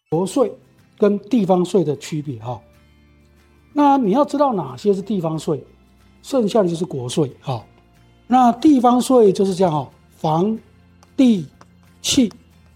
国税跟地方税的区别哈。那你要知道哪些是地方税，剩下的就是国税哈。那地方税就是这样哈，房、地、契、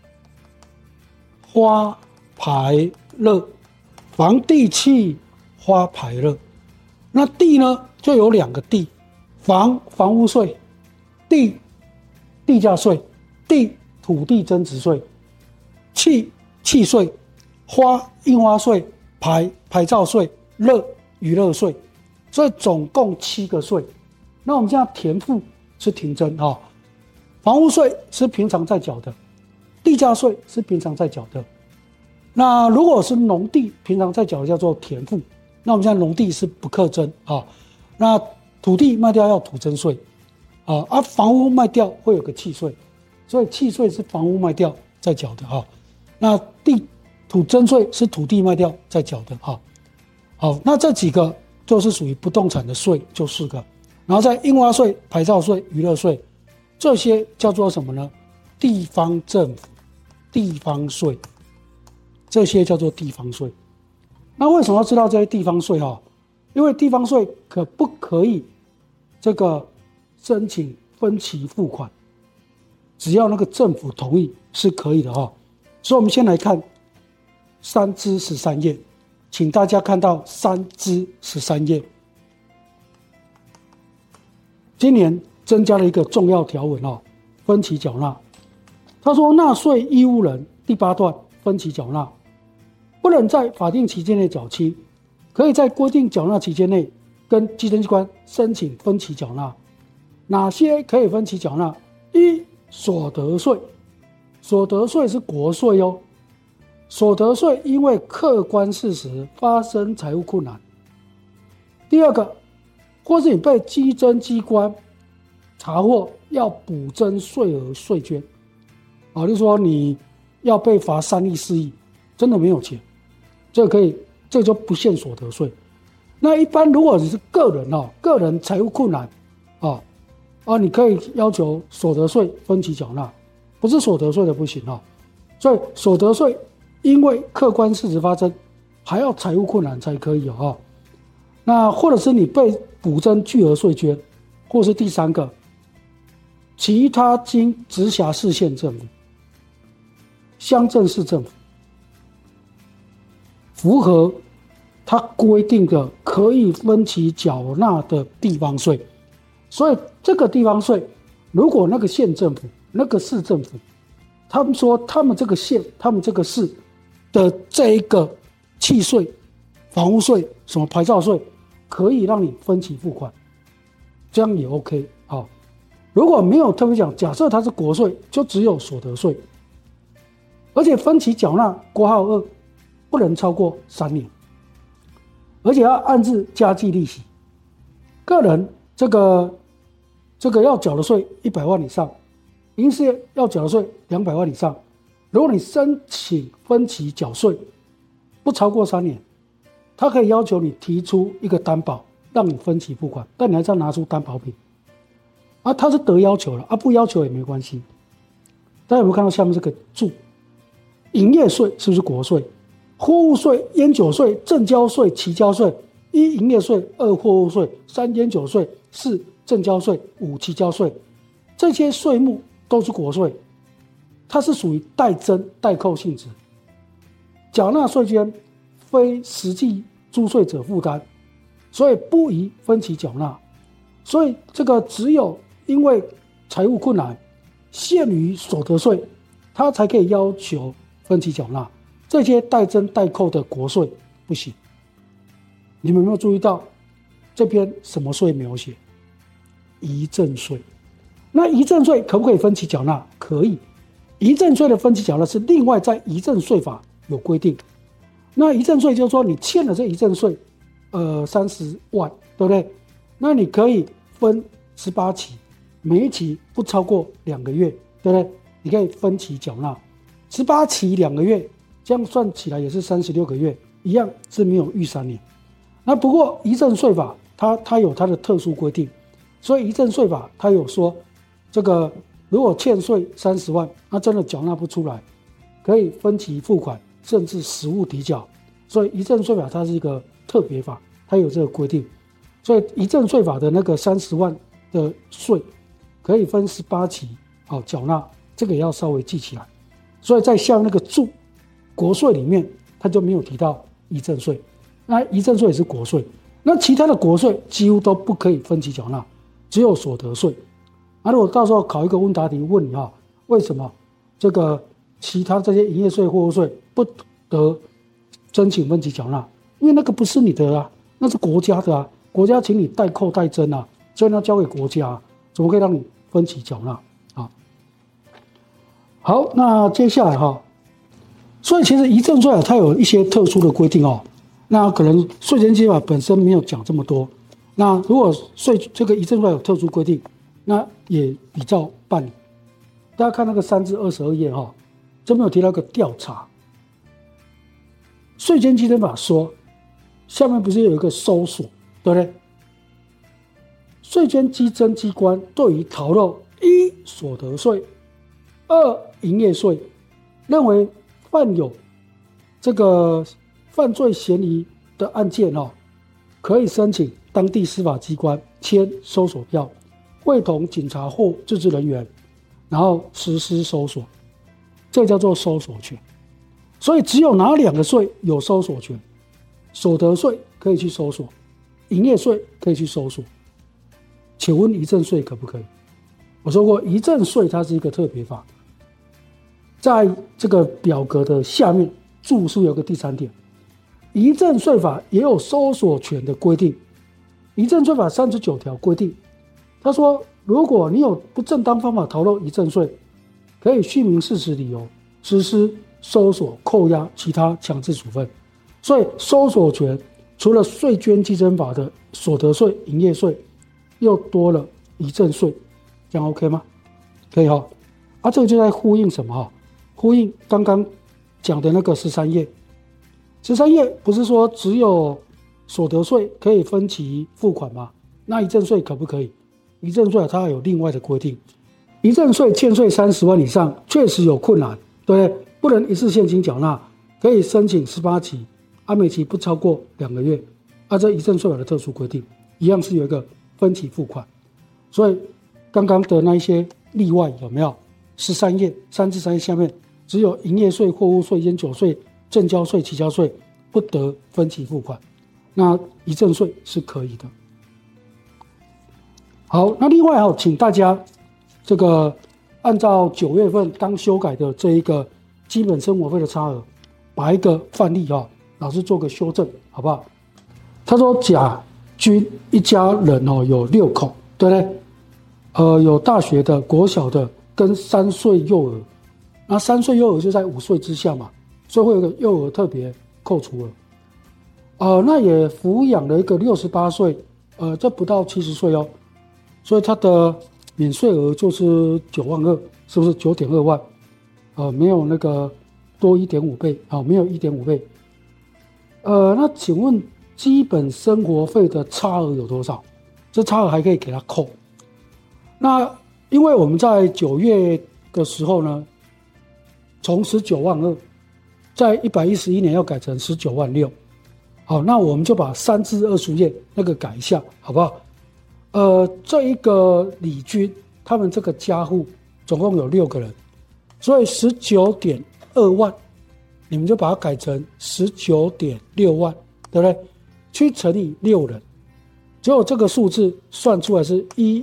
花、牌、乐，房、地、契、花、牌、乐。那地呢，就有2个地，房屋税，地价税，地土地增值税，契税，花印花税，牌照税，乐娱乐税，所以总共7个税。那我们现在田赋是停征哈，房屋税是平常在缴的，地价税是平常在缴的。那如果是农地平常在缴的叫做田赋，那我们现在农地是不课征啊。那土地卖掉要土增税啊，房屋卖掉会有个契税，所以契税是房屋卖掉在缴的哈。那土增税是土地卖掉在缴的哈。好，那这几个就是属于不动产的税，就4个。然后在印花税、牌照税、娱乐税，这些叫做什么呢？地方政府、地方税，这些叫做地方税。那为什么要知道这些地方税哈？因为地方税可不可以这个申请分期付款？只要那个政府同意是可以的哈。所以我们先来看3至13页，请大家看到3至13页。今年增加了一个重要条文哦，分期缴纳。他说，纳税义务人第8段分期缴纳，不能在法定期间内缴清，可以在规定缴纳期间内跟基征机关申请分期缴纳。哪些可以分期缴纳？一、所得税，所得税是国税哦。所得税因为客观事实发生财务困难。第2个，或是你被基征机关查获要补征税额税捐，就是说你要被罚3亿4亿，真的没有钱，这就不限所得税。那一般如果你是个人财务困难你可以要求所得税分期缴纳，不是所得税的不行所以所得税因为客观事实发生，还要财务困难才可以那或者是你被补征巨额税捐，或是第3个，其他经直辖市县政府、乡镇市政府符合它规定的可以分期缴纳的地方税。所以这个地方税，如果那个县政府、那个市政府，他们说他们这个县、他们这个市的这一个契税、房屋税、什么牌照税，可以让你分期付款，这样也 OK 如果没有特别讲，假设它是国税，就只有所得税，而且分期缴纳（括号2）不能超过3年，而且要按日加计利息。个人这个要缴的税100万以上，营事业要缴的税200万以上。如果你申请分期缴税不超过3年，他可以要求你提出一个担保，让你分期付款，但你还是要拿出担保品。他是得要求了不要求也没关系。大家有没有看到下面这个注？营业税是不是国税？货物税、烟酒税、证交税、期交税：1、营业税；2、货物税；3、烟酒税；4、证交税；5、期交税。这些税目都是国税，它是属于代征代扣性质，缴纳税捐非实际租税者负担，所以不宜分期缴纳。所以这个只有因为财务困难限于所得税，他才可以要求分期缴纳。这些代征代扣的国税不行。你们有没有注意到这边什么税没有写？遗赠税。那遗赠税可不可以分期缴纳？可以。遗赠税的分期缴纳是另外在遗赠税法有规定。那遗赠税就是说你欠了这遗赠税30万，对不对？那你可以分18期，每一期不超过2个月，对不对？你可以分期缴纳，18期2个月，这样算起来也是36个月，一样是没有逾3年。那不过遗赠税法它有它的特殊规定，所以遗赠税法它有说，这个如果欠税30万，那真的缴纳不出来，可以分期付款甚至实物抵缴。所以遗赠税法它是一个特别法，它有这个规定。所以遗赠税法的那个30万的税可以分18期缴纳，这个也要稍微记起来。所以在像那个国税里面，它就没有提到遗赠税。那遗赠税也是国税，那其他的国税几乎都不可以分期缴纳，只有所得税。那如果到时候考一个问答题问你为什么这个其他这些营业税、货物税不得申请分期缴纳？因为那个不是你的啊，那是国家的啊，国家请你代扣代征啊，所以要交给国家，怎么可以让你分期缴纳啊？好，那接下来所以其实遗赠税它有一些特殊的规定那可能税前基金法本身没有讲这么多。那如果这个遗赠税有特殊规定，那也比照办理。大家看那个3至22页这边有提到一个调查。税前基金法说，下面不是有一个搜索，对不对？税前稽征机关对于逃漏1所得税、2营业税，认为犯有这个犯罪嫌疑的案件可以申请当地司法机关签搜索票，会同警察或自治人员，然后实施搜索，这叫做搜索权。所以只有哪2个税有搜索权？所得税可以去搜索，营业税可以去搜索。请问遗赠税可不可以？我说过，遗赠税它是一个特别法，在这个表格的下面注释有个第3点，遗赠税法也有搜索权的规定。遗赠税法39条规定，他说，如果你有不正当方法逃漏遗赠税，可以叙明事实理由，实施搜索、扣押、其他强制处分。所以搜索权除了税捐稽征法的所得税、营业税，又多了遗赠税，这样 OK 吗？可以这个就在呼应什么呼应刚刚讲的那个13页。13页不是说只有所得税可以分期付款吗？那遗赠税可不可以？遗赠税它有另外的规定，遗赠税欠税30万以上，确实有困难，对不对？不能一次现金缴纳，可以申请18期，每期不超过2个月。这遗赠税法的特殊规定，一样是有一个分期付款。所以刚刚的那一些例外有没有？13页3至3页下面只有营业税、货物税、烟酒税、证交税、期交税不得分期付款，那遗赠税是可以的。好，那另外请大家这个按照9月份刚修改的这一个基本生活费的差额，把一个范例老师做个修正，好不好？他说甲君一家人有6口，对不对？有大学的、国小的跟3岁幼儿，那3岁幼儿就在5岁之下嘛，所以会有个幼儿特别扣除额。那也抚养了一个68岁，这不到70岁所以他的免税额就是9万2，是不是9.2万？没有那个多1.5倍，没有1.5倍。那请问基本生活费的差额有多少？这差额还可以给他扣。那因为我们在9月的时候呢，从19万2，在111年要改成19万6。好，那我们就把3至25页那个改一下，好不好？这一个李军他们这个家户总共有6个人，所以19.2万，你们就把它改成19.6万，对不对？去乘以6人，结果这个数字算出来是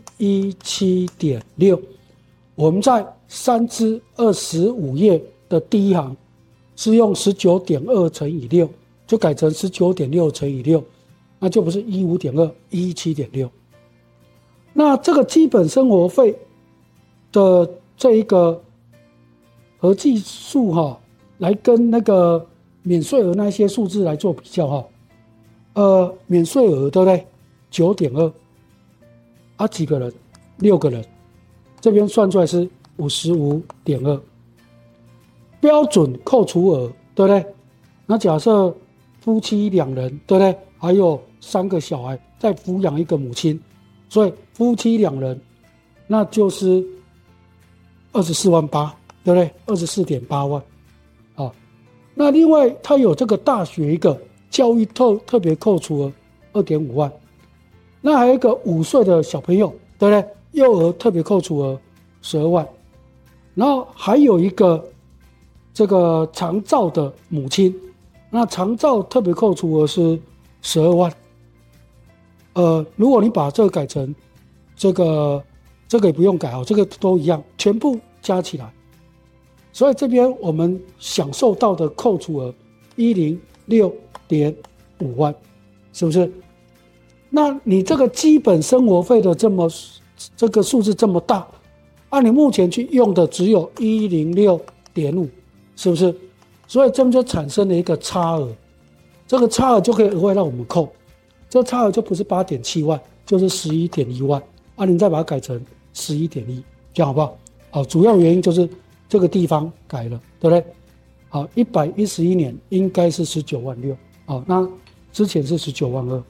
117.6。我们在3至25页的第一行是用19.2乘以6，就改成19.6乘以6，那就不是15.2 117.6。那这个基本生活费的这一个合计数来跟那个免税额那些数字来做比较免税额对不对？9.2，几个人？6个人，这边算出来是55.2。标准扣除额对不对？那假设夫妻2人对不对？还有3个小孩，再抚养一个母亲，所以夫妻2人那就是24万8，对不对？24.8万。 那另外它有这个大学一个教育特别扣除额2.5万，那还有一个5岁的小朋友，对不对？幼儿特别扣除额12万，然后还有一个这个长照的母亲，那长照特别扣除额是12万。如果你把这个改成这个也不用改哦，这个都一样，全部加起来。所以这边我们享受到的扣除额106.5万，是不是？那你这个基本生活费的这个数字这么大，你目前去用的只有106.5，是不是？所以这边就产生了一个差额，这个差额就可以额外让我们扣，这个差额就不是8.7万，就是11.1万，你再把它改成11.1，这样好不好？好，主要原因就是这个地方改了，对不对？好，111年应该是19.6万，好，那之前是19.2万。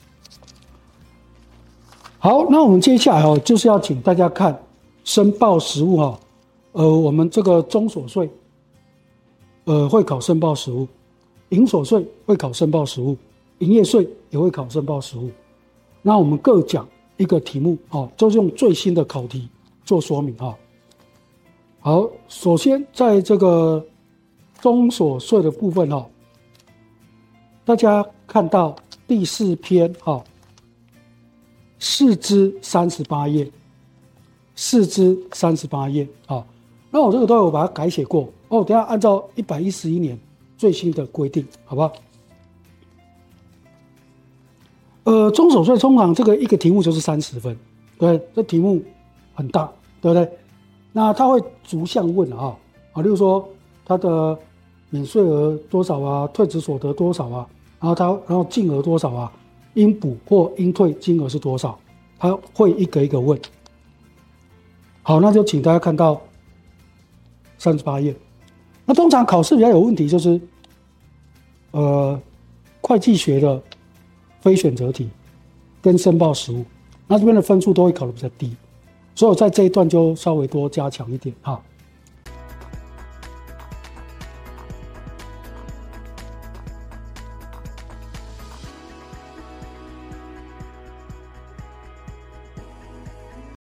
好，那我们接下来就是要请大家看申报实务我们这个综所税会考申报实务，营所税会考申报实务，营业税也会考申报实务。那我们各讲一个题目就是用最新的考题做说明好，首先在这个综所税的部分大家看到第4篇4支38页，4支38页那我这个都有把它改写过等一下按照111年最新的规定，好不好？综所税通常这个一个题目就是30分，对，这题目很大，对不对？那他会逐项问例如说他的免税额多少啊，退职所得多少啊，然后净额多少啊，应补或应退金额是多少，他会一个一个问。好，那就请大家看到38页。那通常考试比较有问题就是会计学的非选择题跟申报实务，那这边的分数都会考得比较低，所以我在这一段就稍微多加强一点